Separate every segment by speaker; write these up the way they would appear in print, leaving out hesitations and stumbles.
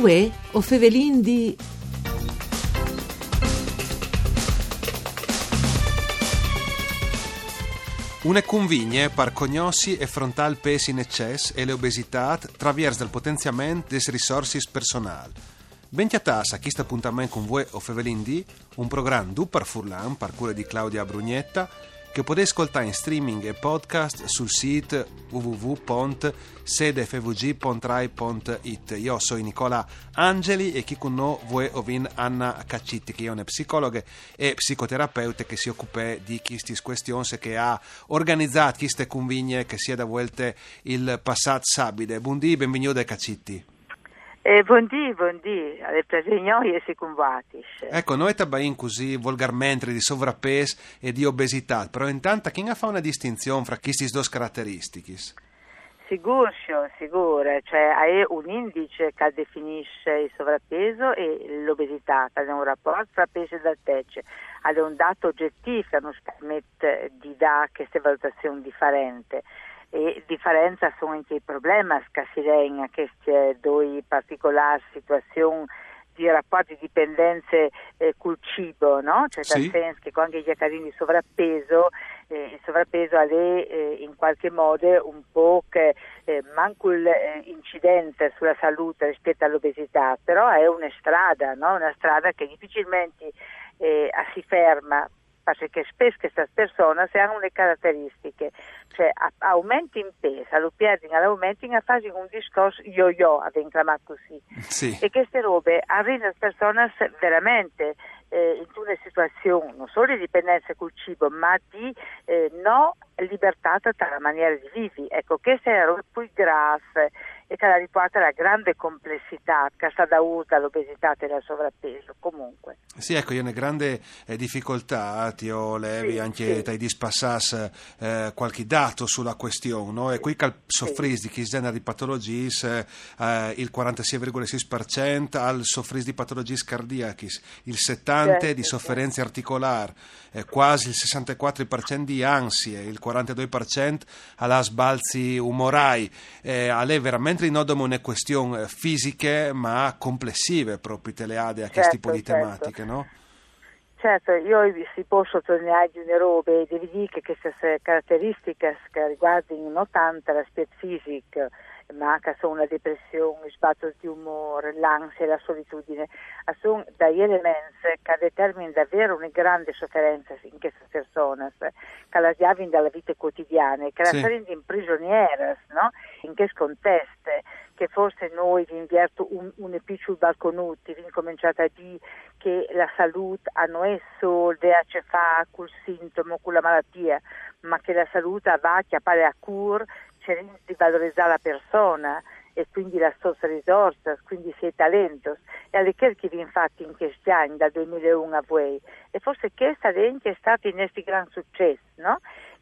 Speaker 1: Uè, o fevelin di...
Speaker 2: Une convigne par cognossi e frontal pes in ecces e le obesitat traviers del potenziament des resources personal. Bentiatas a questo appuntamento con voi o fevelin di un programma du par Furlan par cura di Claudia Brugnetta che potete ascoltare in streaming e podcast sul sito www.sedefvg.rai.it. Io sono Nicola Angeli e chi con noi vuoi ovin Anna Caccitti, che è una psicologa e psicoterapeuta che si occupa di queste questioni e che ha organizzato queste convigne che sia da volte il passato sabide. Buondì, benvenuti Caccitti.
Speaker 3: Buondì, alle presenze e si convati.
Speaker 2: Ecco, noi abbiamo così volgarmente di sovrappeso e di obesità, però intanto chi fa una distinzione fra queste due caratteristiche?
Speaker 3: Sicuro, cioè è un indice che definisce il sovrappeso e l'obesità, è un rapporto fra peso e altezza, è un dato oggettivo che non permette di dare queste valutazioni differenti. E differenza sono anche i problemi che si rendono a queste due particolari situazioni di rapporti di dipendenze col cibo, no? Cioè
Speaker 2: sì.
Speaker 3: Nel senso che quando gli carini di sovrappeso, il sovrappeso è in qualche modo un po' che manco l'incidente sulla salute rispetto all'obesità, però è una strada, no? Una strada che difficilmente si ferma, perché spesso queste persone hanno le caratteristiche, cioè aumenti in peso, lo perdono, all'aumentano a fare un discorso yo-yo, abbiamo chiamato così,
Speaker 2: sì.
Speaker 3: E queste robe arrivano le persone veramente in una situazione non solo di dipendenza col cibo, ma di no libertà dalla maniera di vivere. Ecco, questa è la roba più grave e che la riporta alla grande complessità che sta dovuta all'obesità e al sovrappeso comunque.
Speaker 2: Sì, ecco, io ho una grande difficoltà, ti ho levi anche dai dispassas qualche dato sulla questione, no? E qui che soffris di chi genere di patologie il 46,6% al soffris di patologie cardiache, il 70% di sofferenze articolari, quasi il 64% di ansie, il 42% alla sbalzi umorai. A lei veramente non dobbiamo una questione fisiche ma complessive proprio teleade a questo tipo di tematiche, no?
Speaker 3: Certo, io si può sottolineare di una roba e devi dire che queste caratteristiche che riguardano non tanto l'aspetto fisico, ma che sono la depressione, il sbatto di umore, l'ansia e la solitudine, sono degli elementi che determinano davvero una grande sofferenza in queste persone, che la avviano dalla vita quotidiana e che la rendono imprigioniere, no? In questo contesto, che forse noi vi invierto un piccolo balconuti, vi incominciate a dire che la salute non è solo da che fa col sintomo, con la malattia, ma che la salute va a chiappare a cura, cercando di valorizzare la persona e quindi la sua risorsa, quindi i suoi talenti. E alle che vi infatti in questi anni, dal 2001 a voi, e forse questa è stata il nostro gran successo, no?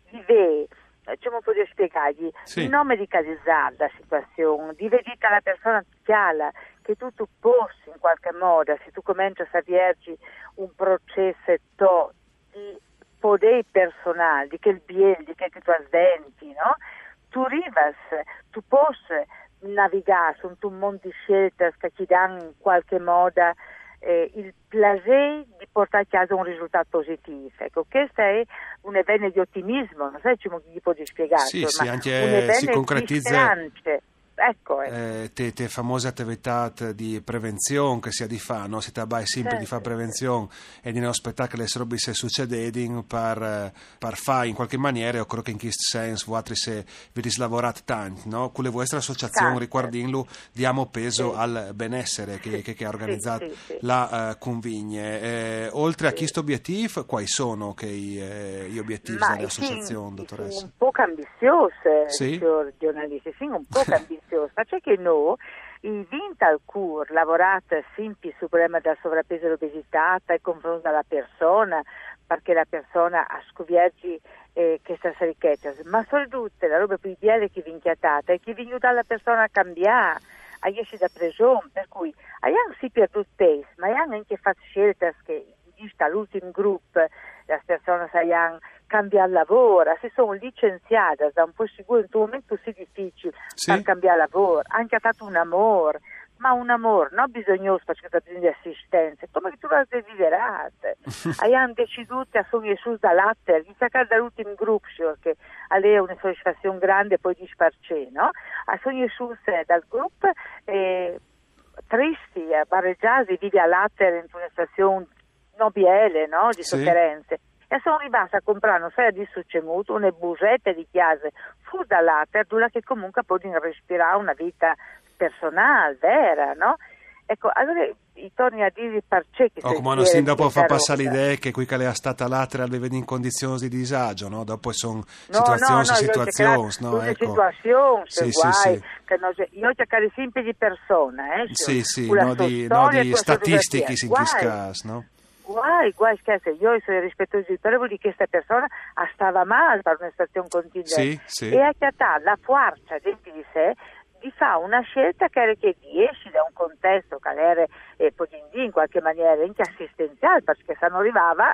Speaker 3: Come posso spiegargli?
Speaker 2: Sì.
Speaker 3: Di non medicalizzare la situazione, di vedere la persona chiara, che tu possa in qualche modo, se tu cominci a avviarci un processo di potere personale, di che il bien, di che tu sventi, no? Tu arrivas, tu possa navigare su un mondo di scelte che ti danno in qualche modo il piacere di portare a casa un risultato positivo. Ecco, questo è un evento di ottimismo, non so come gli può spiegare,
Speaker 2: sì,
Speaker 3: ma
Speaker 2: sì, anche
Speaker 3: un evento
Speaker 2: si concretizza
Speaker 3: di speranze. Ecco.
Speaker 2: Te famose attività di prevenzione che si fa, no? Si tratta sempre di fare prevenzione e di non aspettare che le robe si succedano per fare in qualche maniera. Io credo che in questo senso voi se vi lavorate tanto, no? Con le vostre associazioni riguardando diamo peso al benessere che ha organizzato la convigne. Oltre a questo obiettivo, quali sono gli obiettivi dell'associazione, dottoressa?
Speaker 3: Un po' ambizioso,
Speaker 2: signor
Speaker 3: giornalista, sì, un po' ambizioso. Ma c'è che noi, in vinta al CUR, lavorate sempre sul problema del sovrappeso e dell'obesità e confronto alla persona, perché la persona ha scoperto questa ricchezza, ma soprattutto la roba più ideale che vi inchiatate è che vi aiuta la persona a cambiare, a esci da prigione, per cui abbiamo sì perduto peso, ma abbiamo anche fatto scelte che all'ultimo gruppo le persone hanno cambiare lavoro, si sono licenziate da un po' sicuro in un momento così difficile per cambiare lavoro, anche ha fatto un amore, ma un amore, non bisognoso perché ha bisogno di assistenza, come che tu la desiderate. Abbiamo deciso a sono su da latte, di cercare dall'ultimo gruppo, che a lei è una soddisfazione grande e poi disparce, no? A sono su dal gruppo, tristi, barreggiati, vive a latte in una situazione nobiele, no? Di sofferenze. E sono rimasta a comprare una serie di succemuto, una busette di chiase fuori da latte, che comunque può respirare una vita personale, vera, no? Ecco, allora torni a dire perché che
Speaker 2: come non si dopo fa passare l'idea che qui che lei è stata l'altra le vede in condizioni di disagio, no? Dopo sono situazioni, no?
Speaker 3: Ecco. Situazioni,
Speaker 2: sì,
Speaker 3: che io cercare sempre di persone,
Speaker 2: Sì, no di statistiche in questo caso, no?
Speaker 3: Guai, scherzo, io sono rispettoso di questa persona stava male per una situazione contingente e ha chiamato la forza dentro di sé di fare una scelta che era che esci da un contesto che era in qualche maniera anche assistenziale, perché se non arrivava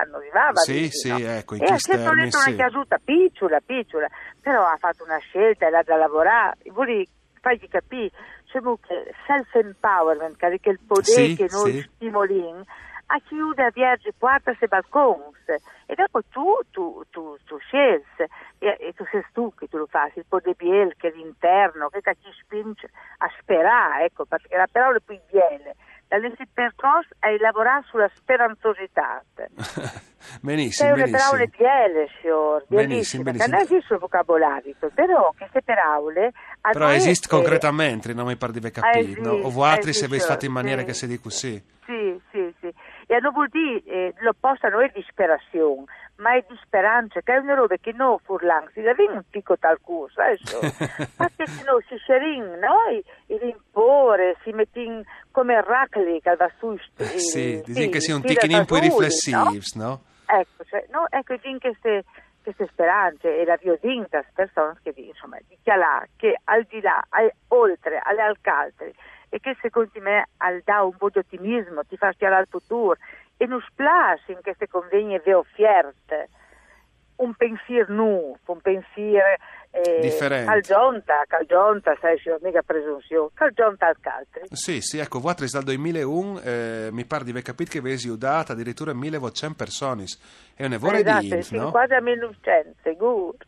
Speaker 2: ecco, in
Speaker 3: e ha scelto una chiasuta picciola, però ha fatto una scelta, era da lavorare, vuoi fargli capire cioè che self-empowerment, che è il potere che noi stimoliamo a chiudere a viaggi portas e balconi e dopo tu scegli e tu sei tu che tu lo fai, il potere biel che è l'interno che ti spinge a sperare, ecco, perché la parola più biele dall'essi percorso è lavorare sulla speranzosità.
Speaker 2: Benissimo,
Speaker 3: è una parola biele, signor,
Speaker 2: benissimo.
Speaker 3: Che non esiste il vocabolario, però queste parole
Speaker 2: però esiste concretamente, non mi pare di aver capito, no? O voi altri se avete fatto in maniera che si dica così.
Speaker 3: Sì. E non vuol dire l'opposto non è disperazione, ma è di speranza, che è una roba che noi furlan, si deve un picco tal corso, perché noi si scerin, noi i rimpore, si mettono come racli che va su.
Speaker 2: Sì, dicono che sia un ticchino un po' riflessivi, no?
Speaker 3: Ecco, dicono queste speranze e la viodinta persone che insomma dichiarare che al di là, oltre alle alcaltri, e che secondo me dà un po' di ottimismo, ti fa schiarare il futuro e non splash in queste convegni ve offerte un pensiero nuovo, un pensiero
Speaker 2: differente,
Speaker 3: calgionta, sai, mica presunzione, calgionta al caltri.
Speaker 2: Sì, ecco, voi dal 2001 mi pare di aver capito che avete aiutato addirittura 1.200 persone, è un'evore di
Speaker 3: sì,
Speaker 2: no?
Speaker 3: Quasi a 1.900, sicuro.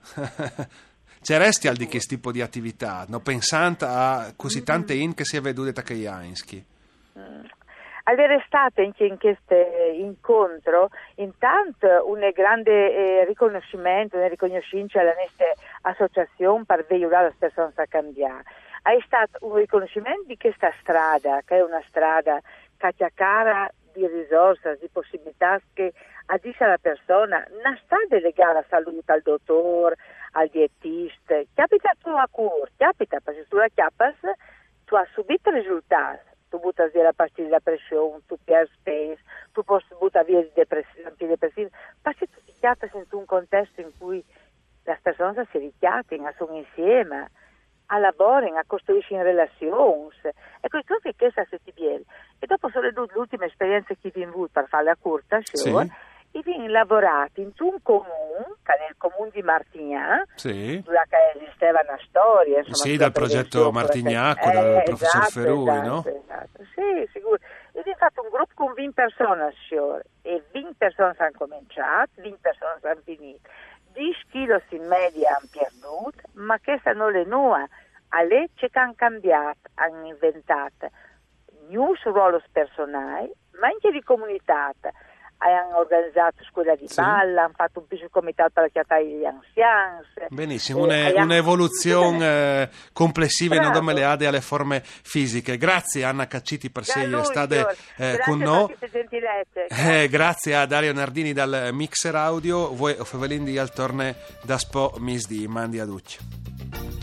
Speaker 2: C'è resti al di che tipo di attività, no? Pensando a così tante che si è vedute che Jainski.
Speaker 3: Allora state anche in questo incontro intanto un grande riconoscimento, una riconoscenza alla nostra associazione per aiutare le persone a cambiare. È stato un riconoscimento di questa strada, che è una strada che ha cara di risorse, di possibilità che addice alla persona, non sta delegata alla salute, al dottore, al dietista, capita tu a cura, capita, perché se tu la chiappas, tu hai subito risultati, tu butti via la pastiglia da pressione, tu perdi space, tu puoi buttare via gli antidepressivi, perché tu ti chiappas in un contesto in cui le persone si richiamano, sono insieme, lavorano, costruiscono relazioni, e questo che questa è bene. E dopo sono le ultime esperienze che vi invito per farla corta, e viene lavorato in un comune, che è il comune di Martignac, dove esisteva una storia. Insomma,
Speaker 2: dal progetto Martignac, dal professor Ferrui, no?
Speaker 3: Esatto, sì, sicuro. E abbiamo fatto un gruppo con 20 persone, signore, e 20 persone hanno cominciato, 20 persone hanno finito. 10 kg in media hanno perduto, ma queste non le nuove, alle che hanno cambiato, hanno inventato nuovi ruoli personali, ma anche di comunità. Hanno organizzato scuola di ballo, hanno fatto un piccolo comitato per la chiamata degli anziani.
Speaker 2: Benissimo, un'evoluzione complessiva in nome le ade alle forme fisiche. Grazie Anna Cacciti per essere stata con noi. Grazie a Dario Nardini dal Mixer Audio, voi Fevelin di Altorne da Spo Misdi, mandi a Duccio.